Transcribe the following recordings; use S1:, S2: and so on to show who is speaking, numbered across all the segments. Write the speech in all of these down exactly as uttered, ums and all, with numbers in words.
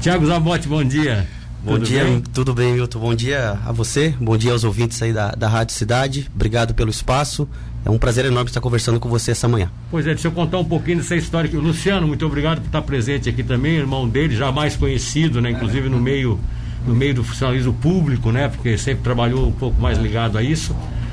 S1: Thiago Zabotti, bom dia.
S2: Bom tudo dia, bem? Tudo bem, Milton? Bom dia a você, bom dia aos ouvintes aí da, da Rádio Cidade, obrigado pelo espaço, é um prazer enorme estar conversando com você essa manhã.
S1: Pois é, deixa eu contar um pouquinho dessa história aqui. O Luciano, muito obrigado por estar presente aqui também, irmão dele, já mais conhecido, né, inclusive no meio, no meio do funcionalismo público, né, porque sempre trabalhou um pouco mais ligado a isso.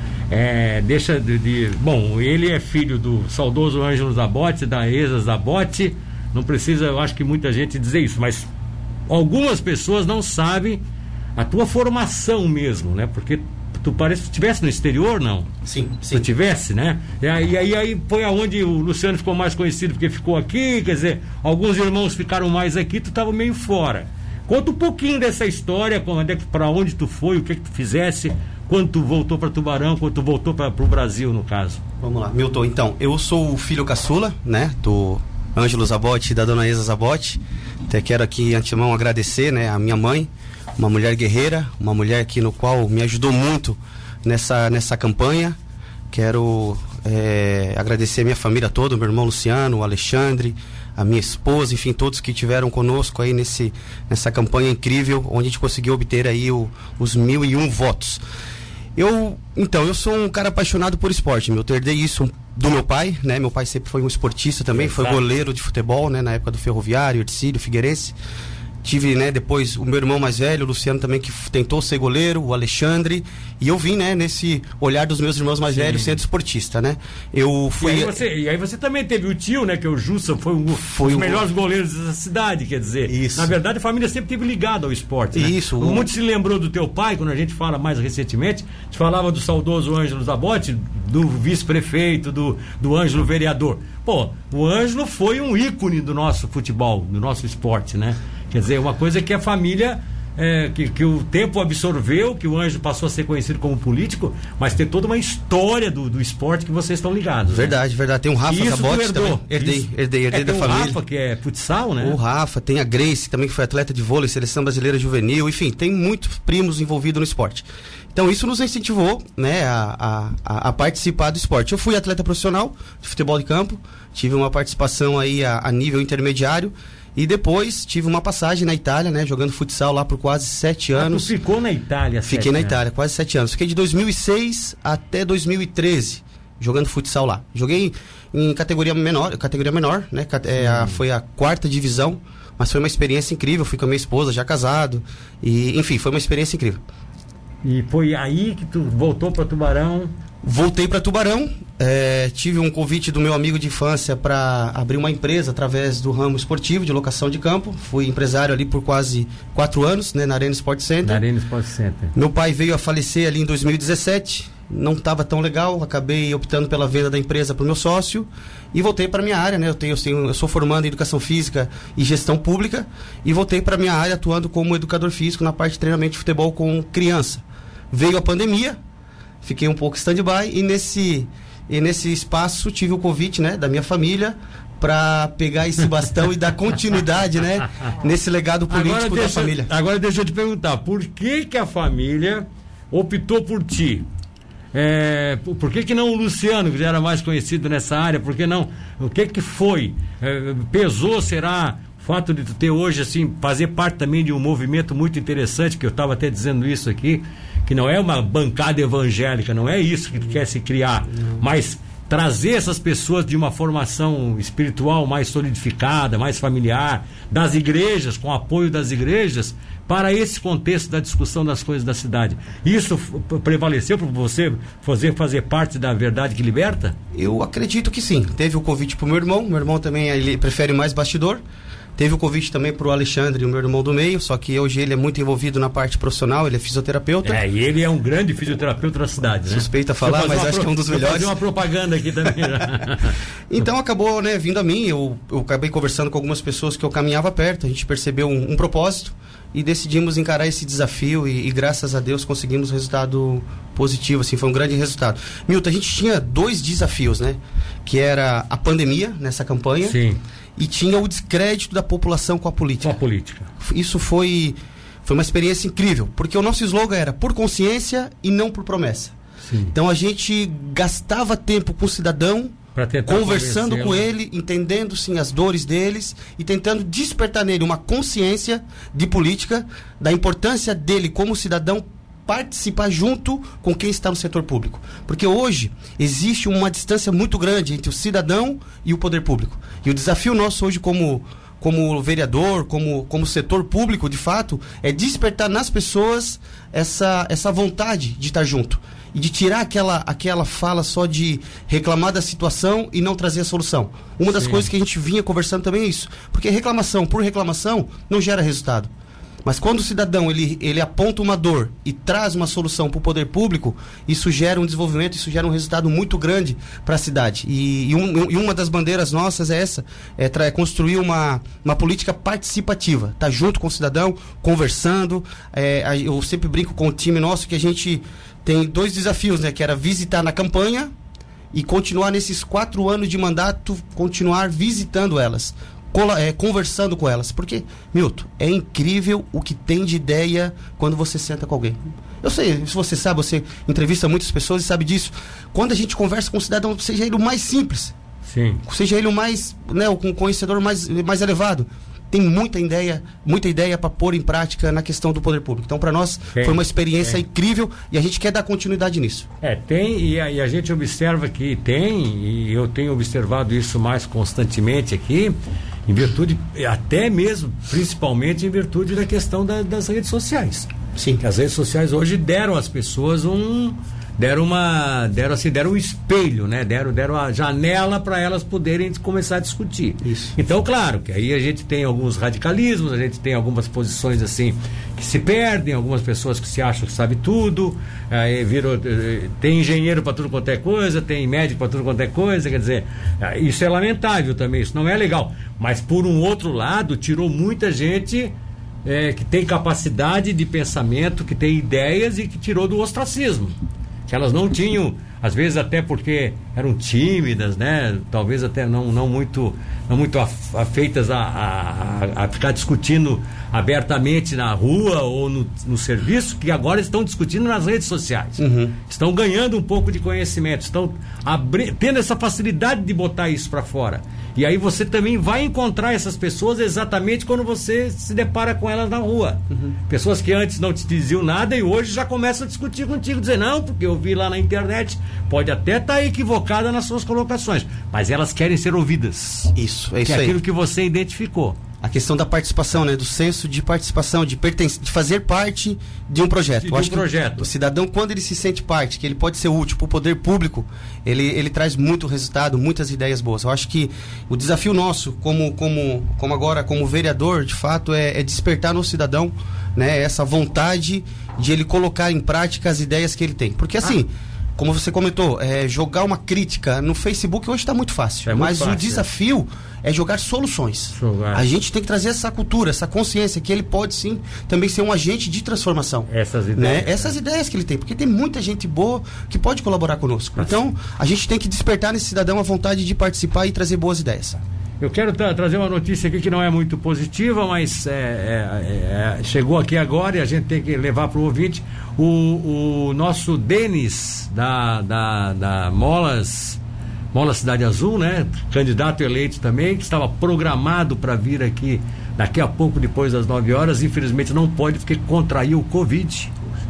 S1: É, deixa de, de, bom, ele é filho do saudoso Ângelo Zabotti, da Eza Zabotti, não precisa, eu acho que muita gente dizer isso, mas algumas pessoas não sabem a tua formação mesmo, né? Porque tu parece que estivesse no exterior, não?
S2: Sim, sim.
S1: Tu tivesse, né? E aí, aí, aí foi aonde o Luciano ficou mais conhecido, porque ficou aqui, quer dizer, alguns irmãos ficaram mais aqui, tu estava meio fora. Conta um pouquinho dessa história, para onde tu foi, o que, que tu fizesse, quando tu voltou para Tubarão, quando tu voltou para o Brasil, no caso.
S2: Vamos lá, Milton, então, eu sou o filho caçula, né, do Ângelo Zabotti e da dona Eza Zabotti. Até quero aqui, de antemão, agradecer, né, a minha mãe, uma mulher guerreira, uma mulher aqui no qual me ajudou muito nessa, nessa campanha. Quero é, agradecer a minha família toda, o meu irmão Luciano, o Alexandre, a minha esposa, enfim, todos que estiveram conosco aí nesse, nessa campanha incrível, onde a gente conseguiu obter aí o, os mil e um votos. Eu, então, eu sou um cara apaixonado por esporte, eu herdei isso do meu pai, né, meu pai sempre foi um esportista também, Exato. Foi goleiro de futebol, né, na época do Ferroviário, Ercílio, Figueirense. Tive, né, depois o meu irmão mais velho, o Luciano também, que tentou ser goleiro, o Alexandre, e eu vim, né, nesse olhar dos meus irmãos mais Sim. velhos sendo esportista, né. Eu fui...
S1: E aí, você, e aí você também teve o tio, né, que é o Jussa, foi um
S2: foi
S1: dos
S2: um...
S1: melhores goleiros da cidade, quer dizer.
S2: Isso.
S1: Na verdade, a família sempre teve ligada ao esporte, né?
S2: Isso.
S1: Um... Muito se lembrou do teu pai, quando a gente fala mais recentemente, a gente falava do saudoso Ângelo Zabotti, do vice-prefeito, do, do Ângelo vereador. Pô, o Ângelo foi um ícone do nosso futebol, do nosso esporte, né? Quer dizer, uma coisa que a família, é, que, que o tempo absorveu, que o Ângelo passou a ser conhecido como político, mas tem toda uma história do, do esporte que vocês estão ligados.
S2: Verdade, né? verdade. Tem o Rafa Zabotti também. Herdei,
S1: Isso.
S2: herdei, herdei
S1: é,
S2: da
S1: tem
S2: família.
S1: O Rafa, que é futsal, né?
S2: O Rafa, tem a Grace, também que foi atleta de vôlei, seleção brasileira juvenil, enfim, tem muitos primos envolvidos no esporte. Então isso nos incentivou, né, a, a, a participar do esporte. Eu fui atleta profissional de futebol de campo, tive uma participação aí a, a nível intermediário. E depois tive uma passagem na Itália, né? Jogando futsal lá por quase sete anos.
S1: Ah, tu ficou na Itália?
S2: Fiquei na Itália, quase sete anos. Fiquei de dois mil e seis até dois mil e treze jogando futsal lá. Joguei em categoria menor, categoria menor, né? É, a, foi a quarta divisão, mas foi uma experiência incrível. Fui com a minha esposa, já casado. E, enfim, foi uma experiência incrível.
S1: E foi aí que tu voltou para Tubarão?
S2: Voltei para Tubarão, é, tive um convite do meu amigo de infância para abrir uma empresa através do ramo esportivo de locação de campo. Fui empresário ali por quase quatro anos, né, na Arena Sport Center.
S1: Na Arena Sport Center.
S2: Meu pai veio a falecer ali em dois mil e dezessete, não estava tão legal, acabei optando pela venda da empresa para o meu sócio e voltei para minha área, né? Eu, tenho, eu, tenho, eu sou formando em Educação Física e Gestão Pública e voltei para minha área atuando como educador físico na parte de treinamento de futebol com criança. Veio a pandemia, fiquei um pouco stand-by e nesse, e nesse espaço tive o convite, né, da minha família para pegar esse bastão e dar continuidade, né, nesse legado político
S1: agora
S2: da
S1: deixa,
S2: família.
S1: Agora deixa eu te perguntar, por que que a família optou por ti? É, por que que não o Luciano, que já era mais conhecido nessa área? Por que não? O que que foi? É, pesou, será... O fato de tu ter hoje, assim, fazer parte também de um movimento muito interessante, que eu estava até dizendo isso aqui, que não é uma bancada evangélica, não é isso que tu quer se criar, não. Mas trazer essas pessoas de uma formação espiritual mais solidificada, mais familiar, das igrejas, com apoio das igrejas, para esse contexto da discussão das coisas da cidade. Isso prevaleceu para você fazer, fazer parte da Verdade que Liberta?
S2: Eu acredito que sim. Teve o convite para o meu irmão, meu irmão também ele prefere mais bastidor. Teve o convite também para o Alexandre, o meu irmão do meio, só que hoje ele é muito envolvido na parte profissional, ele é fisioterapeuta.
S1: É, e ele é um grande fisioterapeuta da cidade, né?
S2: Suspeita falar, mas acho pro... que é um dos melhores.
S1: Vou fazer uma propaganda aqui também.
S2: Então acabou, né, vindo a mim, eu, eu acabei conversando com algumas pessoas que eu caminhava perto, a gente percebeu um, um propósito e decidimos encarar esse desafio e, e graças a Deus conseguimos resultado positivo, assim, foi um grande resultado. Milton, a gente tinha dois desafios, né? Que era a pandemia nessa campanha.
S1: Sim.
S2: E tinha o descrédito da população com a política.
S1: Com a política.
S2: Isso foi, foi uma experiência incrível, porque o nosso slogan era por consciência e não por promessa.
S1: Sim.
S2: Então a gente gastava tempo com o cidadão conversando com ele, entendendo sim as dores deles e tentando despertar nele uma consciência de política, da importância dele como cidadão participar junto com quem está no setor público. Porque hoje existe uma distância muito grande entre o cidadão e o poder público. E o desafio nosso hoje como, como vereador, como, como setor público, de fato, é despertar nas pessoas essa, essa vontade de estar junto. E de tirar aquela, aquela fala só de reclamar da situação e não trazer a solução. Uma das Sim. coisas que a gente vinha conversando também é isso. Porque reclamação por reclamação não gera resultado. Mas quando o cidadão ele, ele aponta uma dor e traz uma solução para o poder público, isso gera um desenvolvimento, isso gera um resultado muito grande para a cidade. E, e, um, e uma das bandeiras nossas é essa, é, é construir uma, uma política participativa. Estar tá junto com o cidadão, conversando. É, eu sempre brinco com o time nosso que a gente tem dois desafios, né? Que era visitar na campanha e continuar nesses quatro anos de mandato, continuar visitando elas. É, conversando com elas, porque, Milton, é incrível o que tem de ideia quando você senta com alguém. Eu sei, se você sabe, você entrevista muitas pessoas e sabe disso. Quando a gente conversa com um cidadão, seja ele o mais simples,
S1: Sim.
S2: seja ele o mais, né, o conhecedor mais, mais elevado, tem muita ideia, muita ideia para pôr em prática na questão do poder público. Então, para nós, tem, foi uma experiência tem. incrível e a gente quer dar continuidade nisso.
S1: É, tem, e a, e a gente observa que tem, e eu tenho observado isso mais constantemente aqui, em virtude, até mesmo, principalmente em virtude da questão da, das redes sociais.
S2: Sim.
S1: As redes sociais hoje deram às pessoas um... deram uma deram assim deram um espelho, né, deram deram a janela para elas poderem começar a discutir.
S2: Isso.
S1: Então, claro que aí a gente tem alguns radicalismos, a gente tem algumas posições assim que se perdem, algumas pessoas que se acham que sabe tudo, aí virou, tem engenheiro para tudo quanto é coisa, tem médico para tudo quanto é coisa, quer dizer, isso é lamentável também, isso não é legal, mas por um outro lado tirou muita gente é, que tem capacidade de pensamento, que tem ideias e que tirou do ostracismo. Que elas não tinham, às vezes até porque eram tímidas, né? Talvez até não, não muito, não muito afeitas a, a, a ficar discutindo abertamente na rua ou no, no serviço, que agora estão discutindo nas redes sociais.
S2: Uhum.
S1: Estão ganhando um pouco de conhecimento, estão abri- tendo essa facilidade de botar isso para fora. E aí você também vai encontrar essas pessoas exatamente quando você se depara com elas na rua. Uhum. Pessoas que antes não te diziam nada e hoje já começam a discutir contigo, dizer, não, porque eu vi lá na internet, pode até estar tá equivocada nas suas colocações, mas elas querem ser ouvidas.
S2: Isso, é isso
S1: que é
S2: aí.
S1: Aquilo que você identificou.
S2: A questão da participação, né? Do senso de participação, de, pertence, de fazer parte de um projeto.
S1: De,
S2: Eu
S1: de
S2: acho
S1: um projeto.
S2: Que o cidadão, quando ele se sente parte, que ele pode ser útil para o poder público, ele, ele traz muito resultado, muitas ideias boas. Eu acho que o desafio nosso, como, como, como agora, como vereador, de fato, é, é despertar no cidadão, né, essa vontade de ele colocar em prática as ideias que ele tem. Porque assim... Ah. Como você comentou, é, jogar uma crítica no Facebook hoje está muito fácil. É muito mas fácil, o desafio é. é jogar soluções. Jogar. A gente tem que trazer essa cultura, essa consciência, que ele pode sim também ser um agente de transformação.
S1: Essas ideias.
S2: Né? Essas ideias que ele tem, porque tem muita gente boa que pode colaborar conosco. Nossa. Então, a gente tem que despertar nesse cidadão a vontade de participar e trazer boas ideias.
S1: Eu quero tra- trazer uma notícia aqui que não é muito positiva, mas é, é, é, chegou aqui agora e a gente tem que levar para o ouvinte. O, o nosso Denis da, da, da Molas, Molas Cidade Azul, né? Candidato eleito também, que estava programado para vir aqui daqui a pouco, depois das nove horas, infelizmente não pode porque contraiu o Covid.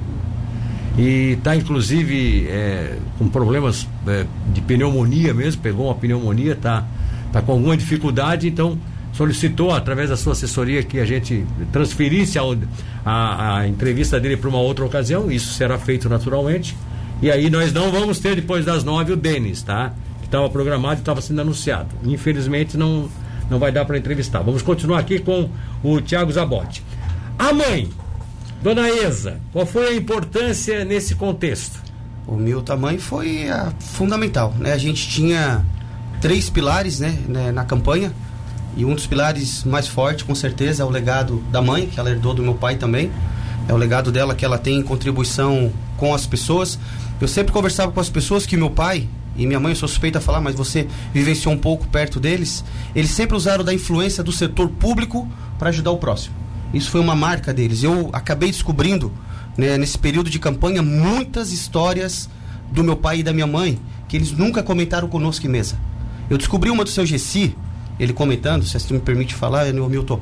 S1: E está inclusive é, com problemas é, de pneumonia mesmo, pegou uma pneumonia, está tá com alguma dificuldade, então solicitou através da sua assessoria que a gente transferisse a, a, a entrevista dele para uma outra ocasião. Isso será feito naturalmente, e aí nós não vamos ter depois das nove o Denis, tá? Que estava programado e estava sendo anunciado, infelizmente não, não vai dar para entrevistar. Vamos continuar aqui com o Thiago Zabotti. A mãe, Dona Eza, qual foi a importância nesse contexto?
S2: O meu tamanho foi a, fundamental, né? A gente tinha três pilares, né, né, na campanha, e um dos pilares mais fortes, com certeza, é o legado da mãe, que ela herdou do meu pai também. É o legado dela que ela tem em contribuição com as pessoas. Eu sempre conversava com as pessoas que meu pai e minha mãe, eu sou suspeita a falar, mas você vivenciou um pouco perto deles, eles sempre usaram da influência do setor público para ajudar o próximo. Isso foi uma marca deles. Eu acabei descobrindo, né, nesse período de campanha, muitas histórias do meu pai e da minha mãe que eles nunca comentaram conosco em mesa. Eu descobri uma do seu Gessi, ele comentando, se você me permite falar, Milton,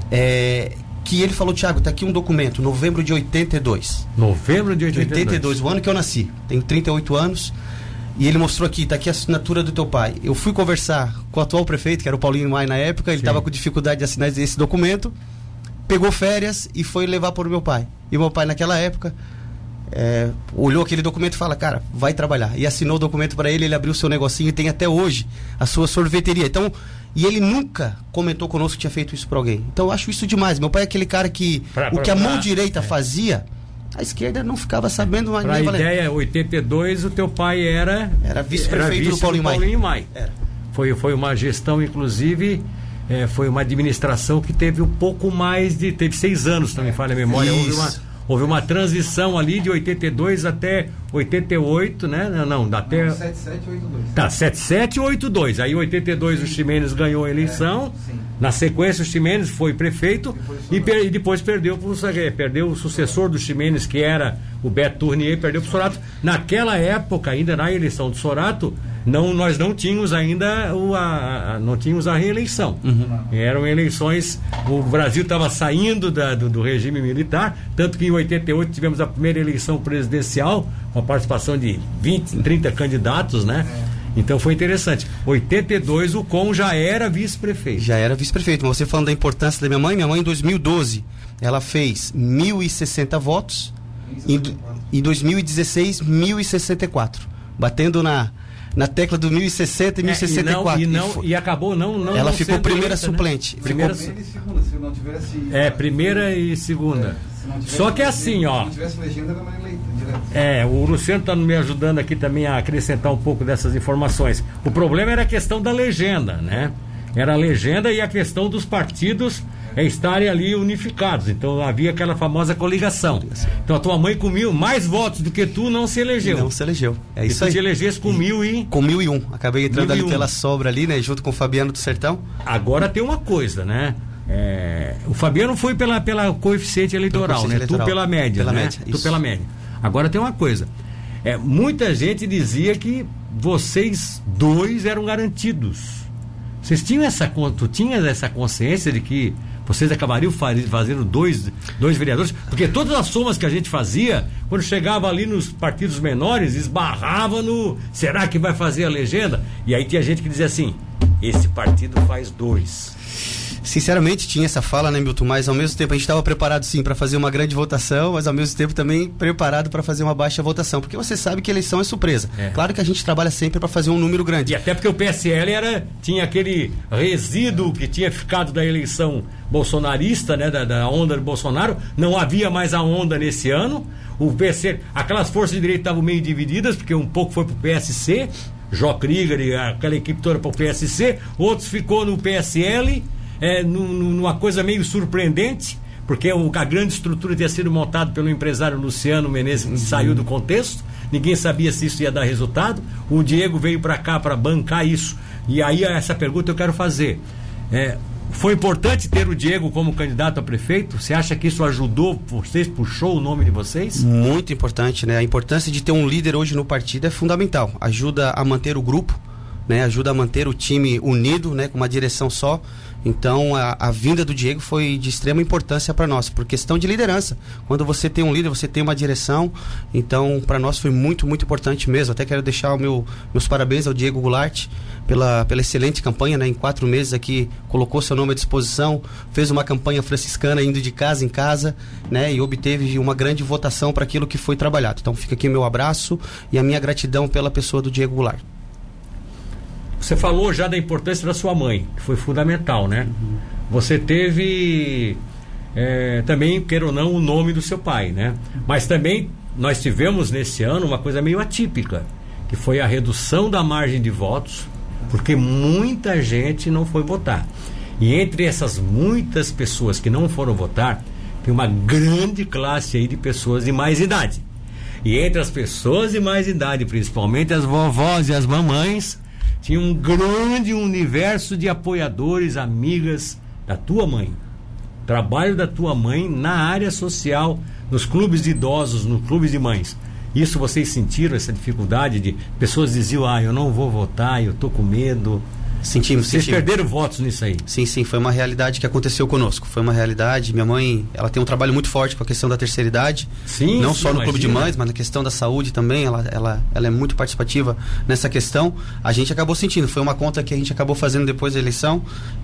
S2: é, que ele falou, Thiago, tá aqui um documento, novembro de oitenta e dois.
S1: Novembro de oitenta e dois.
S2: oitenta e dois, o ano que eu nasci. Tenho trinta e oito anos. E ele mostrou aqui, tá aqui a assinatura do teu pai. Eu fui conversar com o atual prefeito, que era o Paulinho Maia na época, ele estava com dificuldade de assinar esse documento, pegou férias e foi levar para o meu pai. E meu pai naquela época é, olhou aquele documento e fala, cara, vai trabalhar. E assinou o documento para ele, ele abriu o seu negocinho e tem até hoje a sua sorveteria. Então, e ele nunca comentou conosco que tinha feito isso para alguém. Então eu acho isso demais. Meu pai é aquele cara que pra, o pra, que a mão pra, direita é. fazia, a esquerda não ficava sabendo mais.
S1: Para a ideia, oitenta e dois, o teu pai era...
S2: Era vice-prefeito vice do Paulinho,
S1: Paulinho Maia. Foi, foi uma gestão, inclusive, é, foi uma administração que teve um pouco mais de... Teve seis anos, também falha a memória. Houve uma, houve uma transição ali de oitenta e dois até oitenta e oito, né? Não, não, até... Não,
S3: setenta e sete e oitenta e dois.
S1: Tá, setenta e sete e oitenta e dois. Aí, em oitenta e dois, o Ximenes ganhou a eleição. É, na sequência, o Ximenes foi prefeito e, per, e depois perdeu pro, perdeu o sucessor do Ximenes, que era o Beto Tournier, perdeu para o Sorato. Naquela época, ainda na eleição do Sorato, não, nós não tínhamos ainda o, a, a, não tínhamos a reeleição. Uhum. Eram eleições, o Brasil estava saindo da, do, do regime militar, tanto que em oitenta e oito tivemos a primeira eleição presidencial, com a participação de vinte, trinta candidatos, né? É. Então foi interessante. oitenta e dois, o Com já era vice-prefeito.
S2: Já era vice-prefeito. Mas você falando da importância da minha mãe, minha mãe em dois mil e doze, ela fez mil e sessenta votos. Em, em dois mil e dezesseis, mil e sessenta e quatro. Batendo na, na tecla do mil e sessenta e mil e sessenta e quatro.
S1: É, e, não, e, não, e, e acabou não, não
S2: Ela
S1: não
S2: ficou primeira
S1: eleita,
S2: suplente.
S1: Né? Primeira
S3: ficou... e segunda, se não tivesse...
S1: É, primeira e segunda. É, só que é assim, ó...
S3: Se não tivesse legenda, era mais eleita, direto.
S1: É, o Luciano está me ajudando aqui também a acrescentar um pouco dessas informações. O problema era a questão da legenda, né? Era a legenda e a questão dos partidos é, estarem ali unificados. Então havia aquela famosa coligação. Então a tua mãe com mil, mais votos do que tu, não se elegeu.
S2: Não se elegeu. É isso
S1: e tu
S2: aí.
S1: te elegesse com
S2: e,
S1: mil e...
S2: Com mil e um. Acabei entrando ali
S1: um.
S2: pela sobra ali, né? Junto com o Fabiano do Sertão.
S1: Agora tem uma coisa, né? É, o Fabiano foi pela, pela coeficiente eleitoral, coeficiente né? Eleitoral. Tu pela média,
S2: pela
S1: né?
S2: média,
S1: tu
S2: isso.
S1: pela média. Agora tem uma coisa. É, muita gente dizia que vocês dois eram garantidos. Vocês tinham essa, tu tinhas essa consciência de que vocês acabariam fazendo dois, dois vereadores? Porque todas as somas que a gente fazia, quando chegava ali nos partidos menores, esbarrava no... Será que vai fazer a legenda? E aí tinha gente que dizia assim, esse partido faz dois.
S2: Sinceramente tinha essa fala, né, Milton, mas ao mesmo tempo a gente estava preparado sim para fazer uma grande votação, mas ao mesmo tempo também preparado para fazer uma baixa votação, porque você sabe que a eleição é surpresa. É. Claro que a gente trabalha sempre para fazer um número grande.
S1: E até porque o P S L era, tinha aquele resíduo que tinha ficado da eleição bolsonarista, né, da, da onda do Bolsonaro, não havia mais a onda nesse ano. O P S L, aquelas forças de direita estavam meio divididas, porque um pouco foi pro P S C, Jó Krieger e aquela equipe toda pro P S C, outros ficou no P S L. É, numa coisa meio surpreendente, porque a grande estrutura tinha sido montada pelo empresário Luciano Menezes, que uhum. saiu do contexto, ninguém sabia se isso ia dar resultado. O Diego veio para cá para bancar isso. E aí essa pergunta eu quero fazer. É, foi importante ter o Diego como candidato a prefeito? Você acha que isso ajudou vocês, puxou o nome de vocês?
S2: Muito importante, né? A importância de ter um líder hoje no partido é fundamental. Ajuda a manter o grupo, né? Ajuda a manter o time unido, né? Com uma direção só. Então a, a vinda do Diego foi de extrema importância para nós, por questão de liderança. Quando você tem um líder, você tem uma direção. Então para nós foi muito, muito importante mesmo. Até quero deixar o meu, meus parabéns ao Diego Goulart pela, pela excelente campanha, né? Em quatro meses aqui colocou seu nome à disposição, fez uma campanha franciscana indo de casa em casa, né? E obteve uma grande votação para aquilo que foi trabalhado. Então fica aqui o meu abraço e a minha gratidão pela pessoa do Diego Goulart.
S1: Você falou já da importância da sua mãe, que foi fundamental, né? Uhum. Você teve é, também, queira ou não, o nome do seu pai, né? Mas também nós tivemos nesse ano uma coisa meio atípica, que foi a redução da margem de votos, porque muita gente não foi votar. E entre essas muitas pessoas que não foram votar, tem uma grande classe aí de pessoas de mais idade. E entre as pessoas de mais idade, principalmente as vovós e as mamães, tinha um grande universo de apoiadores, amigas da tua mãe. Trabalho da tua mãe na área social, nos clubes de idosos, nos clubes de mães. Isso vocês sentiram, essa dificuldade de pessoas diziam, ah, eu não vou votar, eu tô com medo.
S2: Sentimos,
S1: Vocês
S2: sentimos.
S1: perderam votos nisso aí?
S2: Sim, sim, foi uma realidade que aconteceu conosco. Foi uma realidade. Minha mãe, ela tem um trabalho muito forte com a questão da terceira idade.
S1: Sim,
S2: não
S1: sim,
S2: só no Clube de
S1: imagina.
S2: Mães, mas na questão da saúde também. Ela, ela, ela é muito participativa nessa questão. A gente acabou sentindo. Foi uma conta que a gente acabou fazendo depois da eleição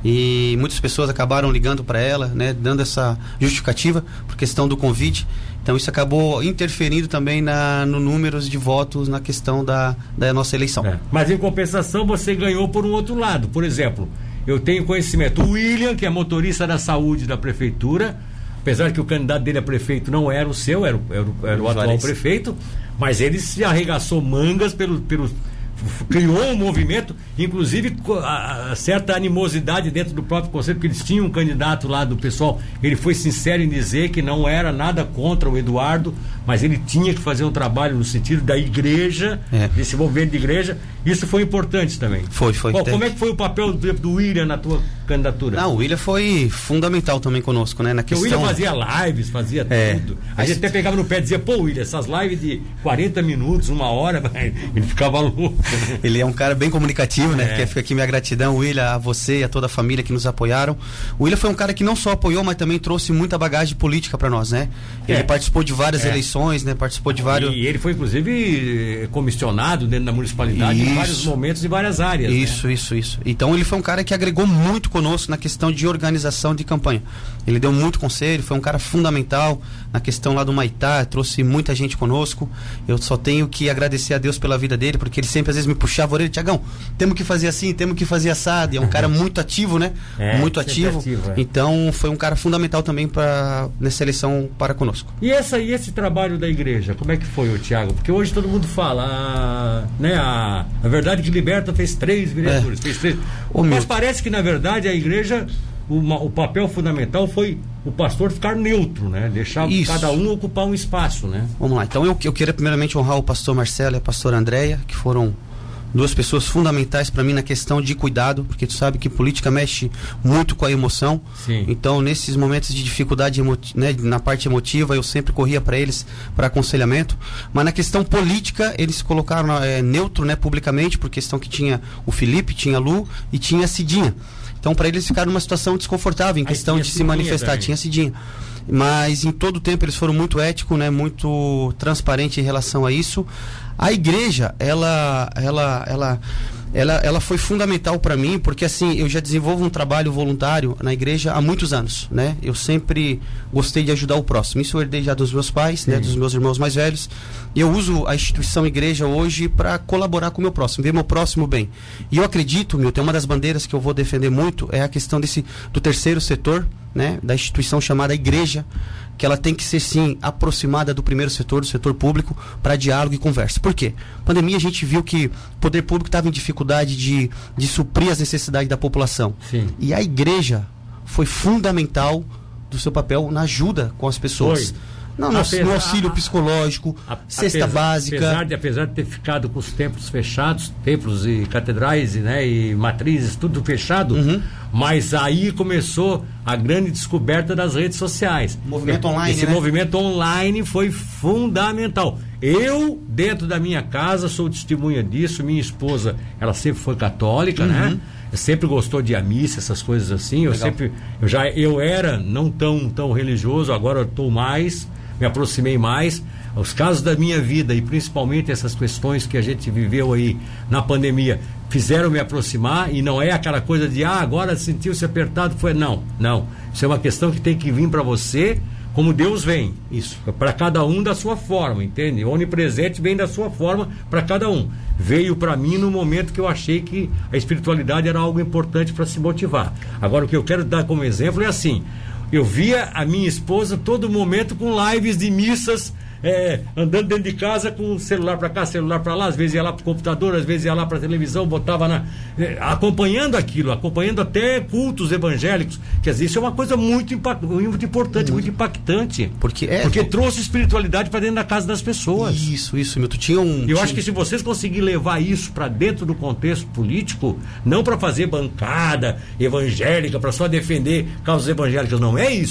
S2: e muitas pessoas acabaram ligando para ela, né, dando essa justificativa por questão do Covid. Então isso acabou interferindo também na, no números de votos na questão da, da nossa eleição.
S1: É. Mas em compensação você ganhou por um outro lado. Por exemplo, eu tenho conhecimento, o William, que é motorista da saúde da prefeitura, apesar que o candidato dele a prefeito não era o seu, era, o- era, o- era o atual
S2: Juarez.
S1: prefeito, mas ele se arregaçou mangas pelo, pelo criou um movimento, inclusive co- a, a certa animosidade dentro do próprio conselho, porque eles tinham um candidato lá do pessoal, ele foi sincero em dizer que não era nada contra o Eduardo, mas ele tinha que fazer um trabalho no sentido da igreja,
S2: É.
S1: desse movimento de igreja. Isso foi importante também.
S2: Foi, foi.
S1: Qual- como é que foi o papel do, do William na tua candidatura?
S2: Não, o William foi fundamental também conosco, né? Na
S1: Porque o
S2: questão...
S1: William fazia lives, fazia
S2: É.
S1: tudo. A gente até pegava no pé e dizia, pô, William, essas lives de quarenta minutos, uma hora, ele ficava louco.
S2: Ele é um cara bem comunicativo, né?
S1: É.
S2: Que fica aqui minha gratidão, William, a você e a toda a família que nos apoiaram. O William foi um cara que não só apoiou, mas também trouxe muita bagagem política para nós, né? Ele
S1: É.
S2: participou de várias
S1: É.
S2: eleições, né? Participou de vários...
S1: E ele foi, inclusive, eh, comissionado dentro da municipalidade em
S2: Isso.
S1: vários momentos e várias áreas. né?
S2: Isso, isso, isso. Então ele foi um cara que agregou muito conosco na questão de organização de campanha. Ele deu muito conselho, foi um cara fundamental na questão lá do Maitá, trouxe muita gente conosco. Eu só tenho que agradecer a Deus pela vida dele, porque ele sempre às vezes me puxava a orelha, Tiagão, temos que fazer assim, temos que fazer assado. E é um cara muito ativo, né?
S1: É,
S2: muito
S1: sempre
S2: ativo.
S1: ativo, é.
S2: Então foi um cara fundamental também pra, nessa eleição para conosco.
S1: E, essa, e esse trabalho da igreja, como é que foi, ô Tiago? Porque hoje todo mundo fala, ah, né, a, a verdade que liberta fez três vereadores,
S2: É.
S1: fez três.
S2: Ô,
S1: Mas
S2: Milton.
S1: parece que, na verdade, a igreja, uma- o papel fundamental foi o pastor ficar neutro, né? Deixar
S2: Isso.
S1: cada um ocupar um espaço, né?
S2: Vamos lá. Então eu, eu queria primeiramente honrar o pastor Marcelo e a pastora Andréia, que foram duas pessoas fundamentais para mim na questão de cuidado, porque tu sabe que política mexe muito com a emoção.
S1: Sim.
S2: Então, nesses momentos de dificuldade emoti- né, na parte emotiva, eu sempre corria para eles para aconselhamento. Mas na questão política, eles se colocaram é, neutro, né, publicamente, por questão que tinha o Felipe, tinha a Lu e tinha a Cidinha. Então, para eles ficaram numa situação desconfortável em
S1: Aí
S2: questão
S1: tinha
S2: de se
S1: Cidinha
S2: manifestar.
S1: também.
S2: Tinha a Cidinha. Mas em todo o tempo eles foram muito éticos, né, muito transparentes em relação a isso. A igreja, ela, ela, ela, ela, ela foi fundamental para mim, porque assim, eu já desenvolvo um trabalho voluntário na igreja há muitos anos, né? Eu sempre gostei de ajudar o próximo. Isso eu herdei já dos meus pais, né, dos meus irmãos mais velhos. E eu uso a instituição igreja hoje para colaborar com o meu próximo, ver meu próximo bem. E eu acredito, Milton, uma das bandeiras que eu vou defender muito é a questão desse do terceiro setor, né, da instituição chamada igreja, que ela tem que ser sim aproximada do primeiro setor, do setor público, para diálogo e conversa. Por quê? Pandemia a gente viu que o poder público estava em dificuldade de, de suprir as necessidades da população.
S1: Sim.
S2: E a igreja foi fundamental do seu papel na ajuda com as pessoas.
S1: Foi.
S2: Não, no,
S1: Apesar-
S2: no auxílio psicológico,
S1: A-
S2: cesta
S1: apesar-
S2: básica.
S1: Apesar de, apesar de ter ficado com os templos fechados, templos e catedrais e, né, e matrizes, tudo fechado,
S2: Uhum.
S1: mas aí começou a grande descoberta das redes sociais.
S2: Movimento online,
S1: Esse
S2: né?
S1: movimento online foi fundamental. Eu, dentro da minha casa, sou testemunha disso. Minha esposa, ela sempre foi católica,
S2: Uhum.
S1: né? Sempre gostou de ir à missa, essas coisas assim. Eu
S2: Legal.
S1: sempre, eu já, eu era não tão, tão religioso, agora eu estou mais, me aproximei mais. Os casos da minha vida e principalmente essas questões que a gente viveu aí na pandemia fizeram me aproximar, e não é aquela coisa de, ah, agora sentiu-se apertado, foi, não, não. Isso é uma questão que tem que vir para você como Deus vem.
S2: Isso.
S1: Para cada um da sua forma, entende? O onipresente vem da sua forma para cada um. Veio para mim no momento que eu achei que a espiritualidade era algo importante para se motivar. Agora, o que eu quero dar como exemplo é assim: eu via a minha esposa todo momento com lives de missas, é, andando dentro de casa com o celular para cá, celular para lá, às vezes ia lá para o computador, às vezes ia lá para a televisão, botava na, é, acompanhando aquilo, acompanhando até cultos evangélicos, que às vezes isso é uma coisa muito, impact, muito importante, muito, muito impactante,
S2: porque, é,
S1: porque trouxe espiritualidade para dentro da casa das pessoas.
S2: Isso, isso, Milton. Tinha um.
S1: Eu
S2: tinha...
S1: acho que se vocês conseguirem levar isso para dentro do contexto político, não para fazer bancada evangélica, para só defender causas evangélicas, não é isso.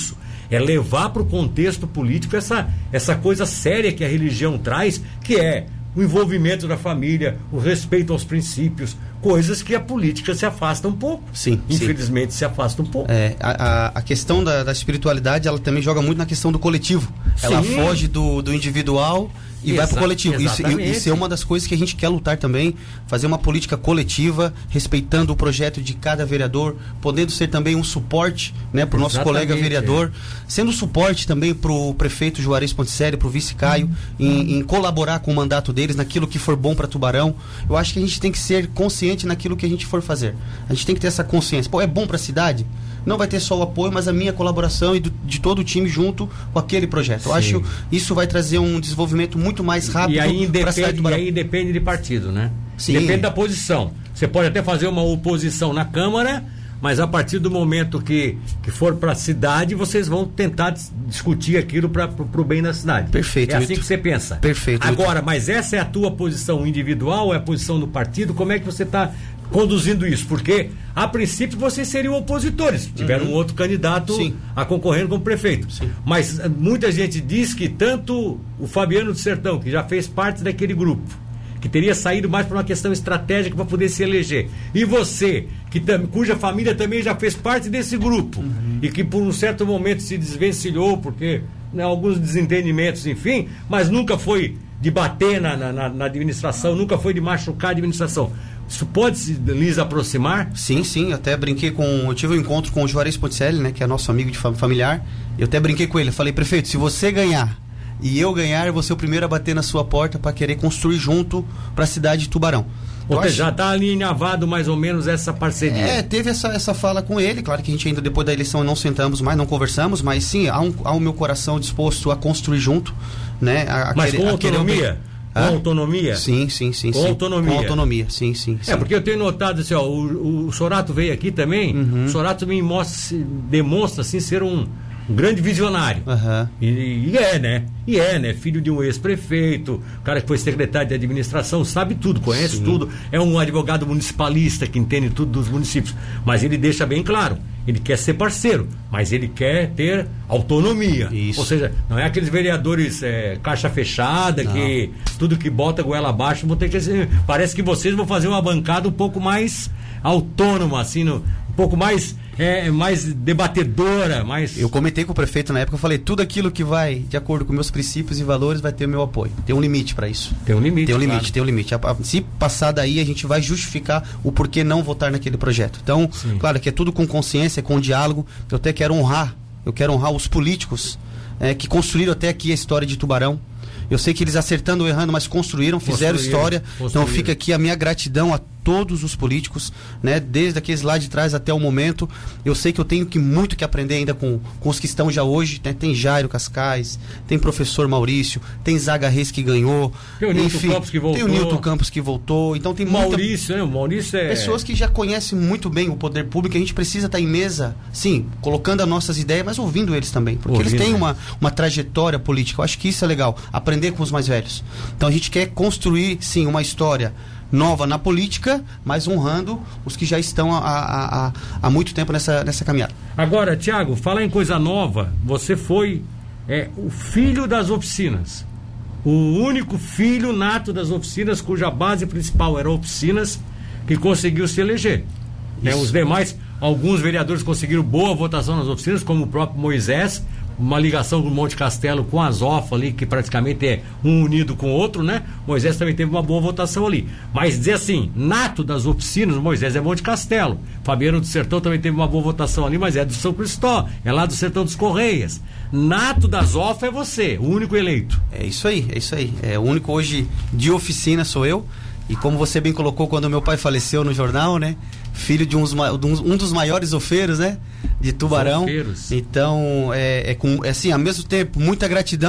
S1: É levar para o contexto político essa, essa coisa séria que a religião traz, que é o envolvimento da família, o respeito aos princípios, coisas que a política se afasta um pouco.
S2: Sim,
S1: infelizmente
S2: sim.
S1: se afasta um pouco.
S2: É, a, a questão da, da espiritualidade, ela também joga muito na questão do coletivo. Sim. Ela foge do, do individual e Exa- vai para o coletivo. Isso, isso é uma das coisas que a gente quer lutar também, fazer uma política coletiva, respeitando o projeto de cada vereador, podendo ser também um suporte, né, para o nosso colega vereador, é. sendo suporte também para o prefeito Juarez Ponticelli, para o vice Caio, hum. em, em colaborar com o mandato deles, naquilo que for bom para Tubarão. Eu acho que a gente tem que ser consciente naquilo que a gente for fazer. A gente tem que ter essa consciência. Pô, é bom para a cidade? Não vai ter só o apoio, mas a minha colaboração e do, de todo o time junto com aquele projeto. Eu Sim. acho que isso vai trazer um desenvolvimento muito mais rápido para a cidade de Tubarão.
S1: E aí depende de partido, né?
S2: Sim.
S1: Depende da posição. Você pode até fazer uma oposição na Câmara, mas a partir do momento que, que for para a cidade, vocês vão tentar dis- discutir aquilo para o bem da cidade.
S2: Perfeito.
S1: É assim
S2: Lito.
S1: que você pensa.
S2: Perfeito.
S1: Agora,
S2: Lito.
S1: mas essa é a tua posição individual, é a posição do partido? Como é que você está conduzindo isso? Porque, a princípio, vocês seriam opositores. Tiveram uhum. um outro candidato Sim. a concorrendo como prefeito.
S2: Sim.
S1: Mas muita gente diz que tanto o Fabiano do Sertão, que já fez parte daquele grupo, que teria saído mais por uma questão estratégica para poder se eleger, e você, que tam, cuja família também já fez parte desse grupo, uhum. e que por um certo momento se desvencilhou, porque né, alguns desentendimentos, enfim, mas nunca foi de bater na, na, na administração, nunca foi de machucar a administração. Isso pode se, lhes aproximar?
S2: Sim, sim, eu até brinquei com, eu tive um encontro com o Juarez Ponticelli, né, que é nosso amigo de fam- familiar, eu até brinquei com ele, eu falei, prefeito, se você ganhar e eu ganhar, eu vou ser o primeiro a bater na sua porta para querer construir junto para a cidade de Tubarão.
S1: Ou seja, já está alinhavado mais ou menos essa parceria.
S2: É, teve essa, essa fala com ele, claro que a gente ainda depois da eleição não sentamos mais, não conversamos, mas sim, há, um, há o meu coração disposto a construir junto, né? A, a
S1: mas
S2: querer,
S1: com autonomia? Com ah? autonomia?
S2: Sim, sim, sim.
S1: Com
S2: sim.
S1: autonomia?
S2: Com autonomia, sim, sim, sim.
S1: É, porque eu tenho notado assim, ó, o, o Sorato veio aqui também, uhum. o Sorato me mostra, demonstra assim ser um um grande visionário.
S2: Uhum.
S1: E, e é, né? E é, né? Filho de um ex-prefeito, cara que foi secretário de administração, sabe tudo, conhece Sim. tudo. É um advogado municipalista que entende tudo dos municípios. Mas ele deixa bem claro, ele quer ser parceiro, mas ele quer ter autonomia.
S2: Isso.
S1: Ou seja, não é aqueles vereadores é, caixa fechada, não. que tudo que bota goela abaixo, vão ter que ser, parece que vocês vão fazer uma bancada um pouco mais autônoma, assim, no, um pouco mais... É mais debatedora, mais...
S2: Eu comentei com o prefeito na época, eu falei, tudo aquilo que vai de acordo com meus princípios e valores vai ter o meu apoio. Tem um limite para isso.
S1: Tem um limite,
S2: Tem um limite,
S1: claro.
S2: tem um limite. Se passar daí, a gente vai justificar o porquê não votar naquele projeto. Então, Sim. claro que é tudo com consciência, com diálogo. Eu até quero honrar, eu quero honrar os políticos é, que construíram até aqui a história de Tubarão. Eu sei que eles acertando ou errando, mas construíram, fizeram construíram, história. Construíram. Então fica aqui a minha gratidão a todos os políticos, né? Desde aqueles lá de trás até o momento. Eu sei que eu tenho que, muito que aprender ainda com, com os que estão já hoje, né? Tem Jairo Cascais, tem professor Maurício, tem Zaga Reis que ganhou,
S1: tem o Nilton Campos que voltou.
S2: Tem o Nilton Campos que voltou. Então tem
S1: Maurício,
S2: muita...
S1: né? O Maurício é...
S2: pessoas que já conhecem muito bem o poder público. A gente precisa estar em mesa, sim, colocando as nossas ideias, mas ouvindo eles também, porque ouvindo. Eles têm uma, uma trajetória política. Eu acho que isso é legal, aprender com os mais velhos. Então a gente quer construir, sim, uma história nova na política, mas honrando os que já estão há, há, há, há muito tempo nessa, nessa caminhada.
S1: Agora, Tiago, falar em coisa nova, você foi é, o filho das oficinas, o único filho nato das oficinas, cuja base principal era oficinas, que conseguiu se eleger. Né? Os demais, alguns vereadores conseguiram boa votação nas oficinas, como o próprio Moisés, uma ligação do Monte Castelo com a Zofa ali, que praticamente é um unido com o outro, né? Moisés também teve uma boa votação ali. Mas dizer assim, nato das oficinas, Moisés é Monte Castelo. Fabiano do Sertão também teve uma boa votação ali, mas é do São Cristó, é lá do Sertão dos Correias. Nato da Zofa é você, o único eleito.
S2: É isso aí, é isso aí. É, o único hoje de oficina sou eu. E como você bem colocou, quando meu pai faleceu no jornal, né? Filho de, uns, de um dos maiores ofeiros, né? De Tubarão. Ofeiros. Então, é, é, com, é assim, ao mesmo tempo, muita gratidão,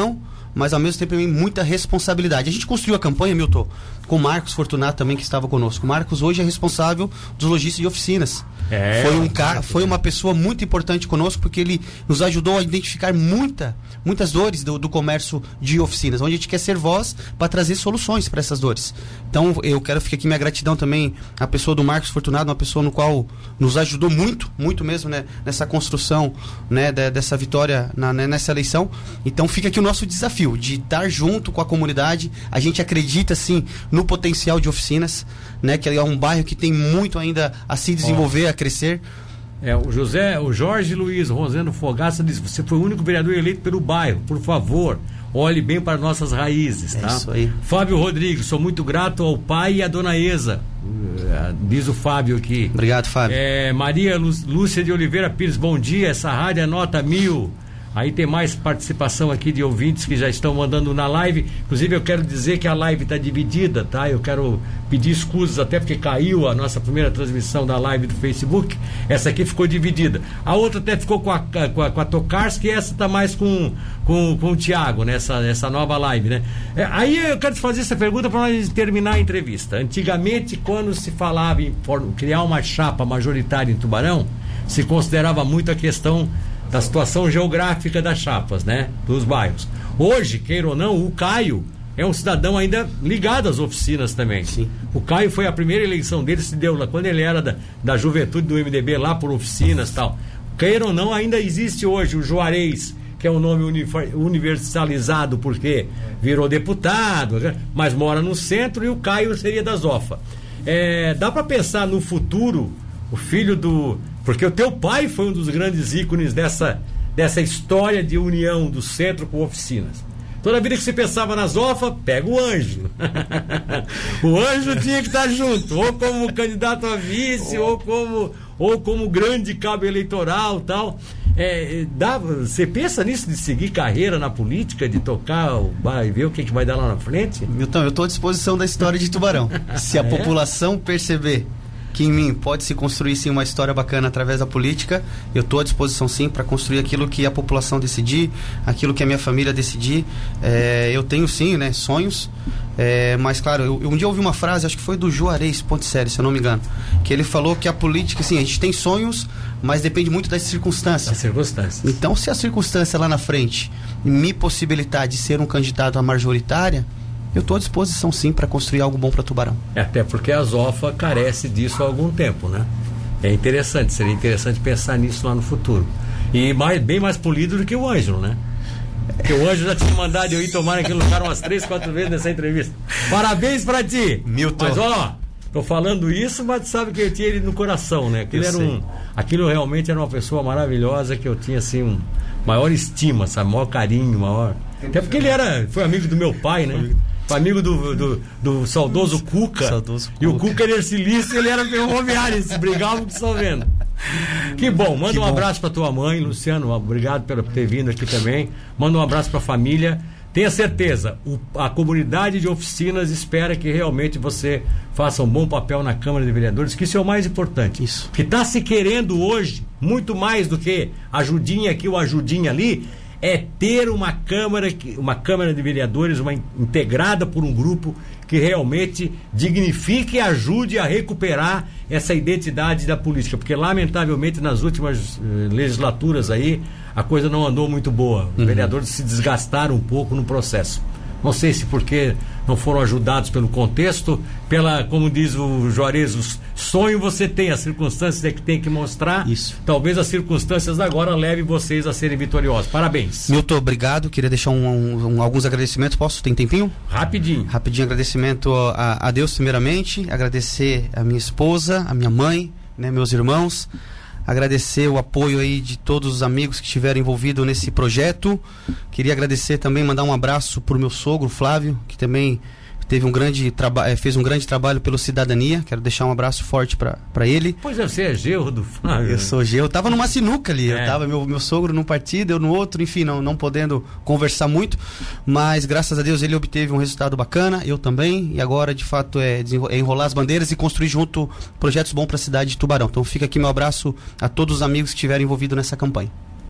S2: mas ao mesmo tempo também muita responsabilidade. A gente construiu a campanha, Milton, com o Marcos Fortunato também, que estava conosco. O Marcos hoje é responsável dos lojistas de oficinas. É, foi, um cara, foi uma pessoa muito importante conosco, porque ele nos ajudou a identificar muita, muitas dores do, do comércio de oficinas, onde a gente quer ser voz para trazer soluções para essas dores. Então eu quero ficar aqui minha gratidão também à pessoa do Marcos Fortunato, uma pessoa no qual nos ajudou muito, muito mesmo, né, nessa construção, né, de, dessa vitória na, né, nessa eleição. Então fica aqui o nosso desafio de estar junto com a comunidade. A gente acredita sim no potencial de oficinas, né, que é um bairro que tem muito ainda a se desenvolver, oh. a crescer.
S1: É, o José, o Jorge Luiz Rosendo Fogaça diz: você foi o único vereador eleito pelo bairro, por favor, olhe bem para nossas raízes, tá?
S2: É isso aí.
S1: Fábio Rodrigues, sou muito grato ao pai e à dona Eza, uh, diz o Fábio aqui.
S2: Obrigado, Fábio.
S1: É, Maria Lú- Lúcia de Oliveira Pires, bom dia, essa rádio é nota mil. Aí tem mais participação aqui de ouvintes que já estão mandando na live. Inclusive eu quero dizer que a live está dividida, tá? Eu quero pedir escusas até porque caiu a nossa primeira transmissão da live do Facebook. Essa aqui ficou dividida. A outra até ficou com a, com a, com a Tokarski, e essa está mais com, com, com o Thiago, nessa, nessa nova live, né? É, aí eu quero te fazer essa pergunta para nós terminar a entrevista. Antigamente, quando se falava em criar uma chapa majoritária em Tubarão, se considerava muito a questão da situação geográfica das chapas, né? Dos bairros. Hoje, queira ou não, o Caio é um cidadão ainda ligado às oficinas também.
S2: Sim.
S1: O Caio foi a primeira eleição dele, se deu lá quando ele era da, da juventude do M D B, lá por oficinas e tal. Queira ou não, ainda existe hoje o Juarez, que é um nome universalizado porque virou deputado, mas mora no centro, e o Caio seria da Zofa. É, dá para pensar no futuro, o filho do... Porque o teu pai foi um dos grandes ícones dessa, dessa história de união do centro com oficinas. Toda vida que você pensava na Zofa, pega o Ângelo. O Ângelo tinha que estar junto, ou como candidato a vice, oh. ou como, ou como grande cabo eleitoral, tal. É, dá, você pensa nisso de seguir carreira na política, de tocar o bar e ver o que, que vai dar lá na frente?
S2: Milton, eu estou à disposição da história de Tubarão. Se a é? população perceber que em mim pode se construir sim uma história bacana através da política, eu estou à disposição sim para construir aquilo que a população decidir, aquilo que a minha família decidir. É, eu tenho sim, né, sonhos, é, mas claro, eu, um dia eu ouvi uma frase, acho que foi do Juarez Ponticelli, se eu não me engano, que ele falou que a política, sim, a gente tem sonhos, mas depende muito das circunstâncias.
S1: Das circunstâncias.
S2: Então, se a circunstância lá na frente me possibilitar de ser um candidato à majoritária, eu estou à disposição sim para construir algo bom para Tubarão.
S1: É, até porque a Zofa carece disso há algum tempo, né? É interessante, seria interessante pensar nisso lá no futuro. E mais, bem mais polido do que o Ângelo, né? Porque o Ângelo já tinha mandado eu ir tomar aquele lugar umas três, quatro vezes nessa entrevista. Parabéns para ti,
S2: Milton.
S1: Mas ó, tô falando isso, mas sabe que eu tinha ele no coração, né? Aquilo, era um, aquilo realmente era uma pessoa maravilhosa que eu tinha assim um maior estima, sabe? Maior carinho, maior. Até porque ele era, foi amigo do meu pai, né? Foi amigo do, do, do saudoso Cuca.
S2: Saudoso
S1: e Cuca. O Cuca era ercilista e ele era ferroviário. Eles brigavam que só vendo. Que bom. Manda que um bom. abraço pra tua mãe, Luciano. Obrigado por ter vindo aqui também. Manda um abraço pra família. Tenha certeza, o, a comunidade de oficinas espera que realmente você faça um bom papel na Câmara de Vereadores, que isso é o mais importante.
S2: Isso.
S1: Que está se querendo hoje, muito mais do que ajudinha aqui ou ajudinha ali, é ter uma Câmara, uma Câmara de Vereadores, uma integrada por um grupo que realmente dignifique e ajude a recuperar essa identidade da política, porque lamentavelmente nas últimas eh, legislaturas aí a coisa não andou muito boa. Os uhum. vereadores se desgastaram um pouco no processo. Não sei se porque não foram ajudados pelo contexto, pela, como diz o Juarez, o sonho você tem, as circunstâncias é que tem que mostrar.
S2: Isso.
S1: Talvez as circunstâncias agora levem vocês a serem vitoriosos. Parabéns.
S2: Milton, obrigado. Queria deixar um, um, um, alguns agradecimentos. Posso? Tem tempinho?
S1: Rapidinho.
S2: Rapidinho, agradecimento a, a Deus primeiramente, agradecer a minha esposa, a minha mãe, né, meus irmãos. Agradecer o apoio aí de todos os amigos que estiveram envolvidos nesse projeto. Queria agradecer também, mandar um abraço para o meu sogro, Flávio, que também teve um grande traba- fez um grande trabalho pelo Cidadania. Quero deixar um abraço forte para ele.
S1: Pois você é genro do Flávio.
S2: Eu sou genro. Eu tava numa sinuca ali. É. Eu tava, meu, meu sogro num partido, eu no outro, enfim, não, não podendo conversar muito. Mas graças a Deus ele obteve um resultado bacana, eu também. E agora, de fato, é, é enrolar as bandeiras e construir junto projetos bons para a cidade de Tubarão. Então fica aqui meu abraço a todos os amigos que estiveram envolvidos nessa campanha.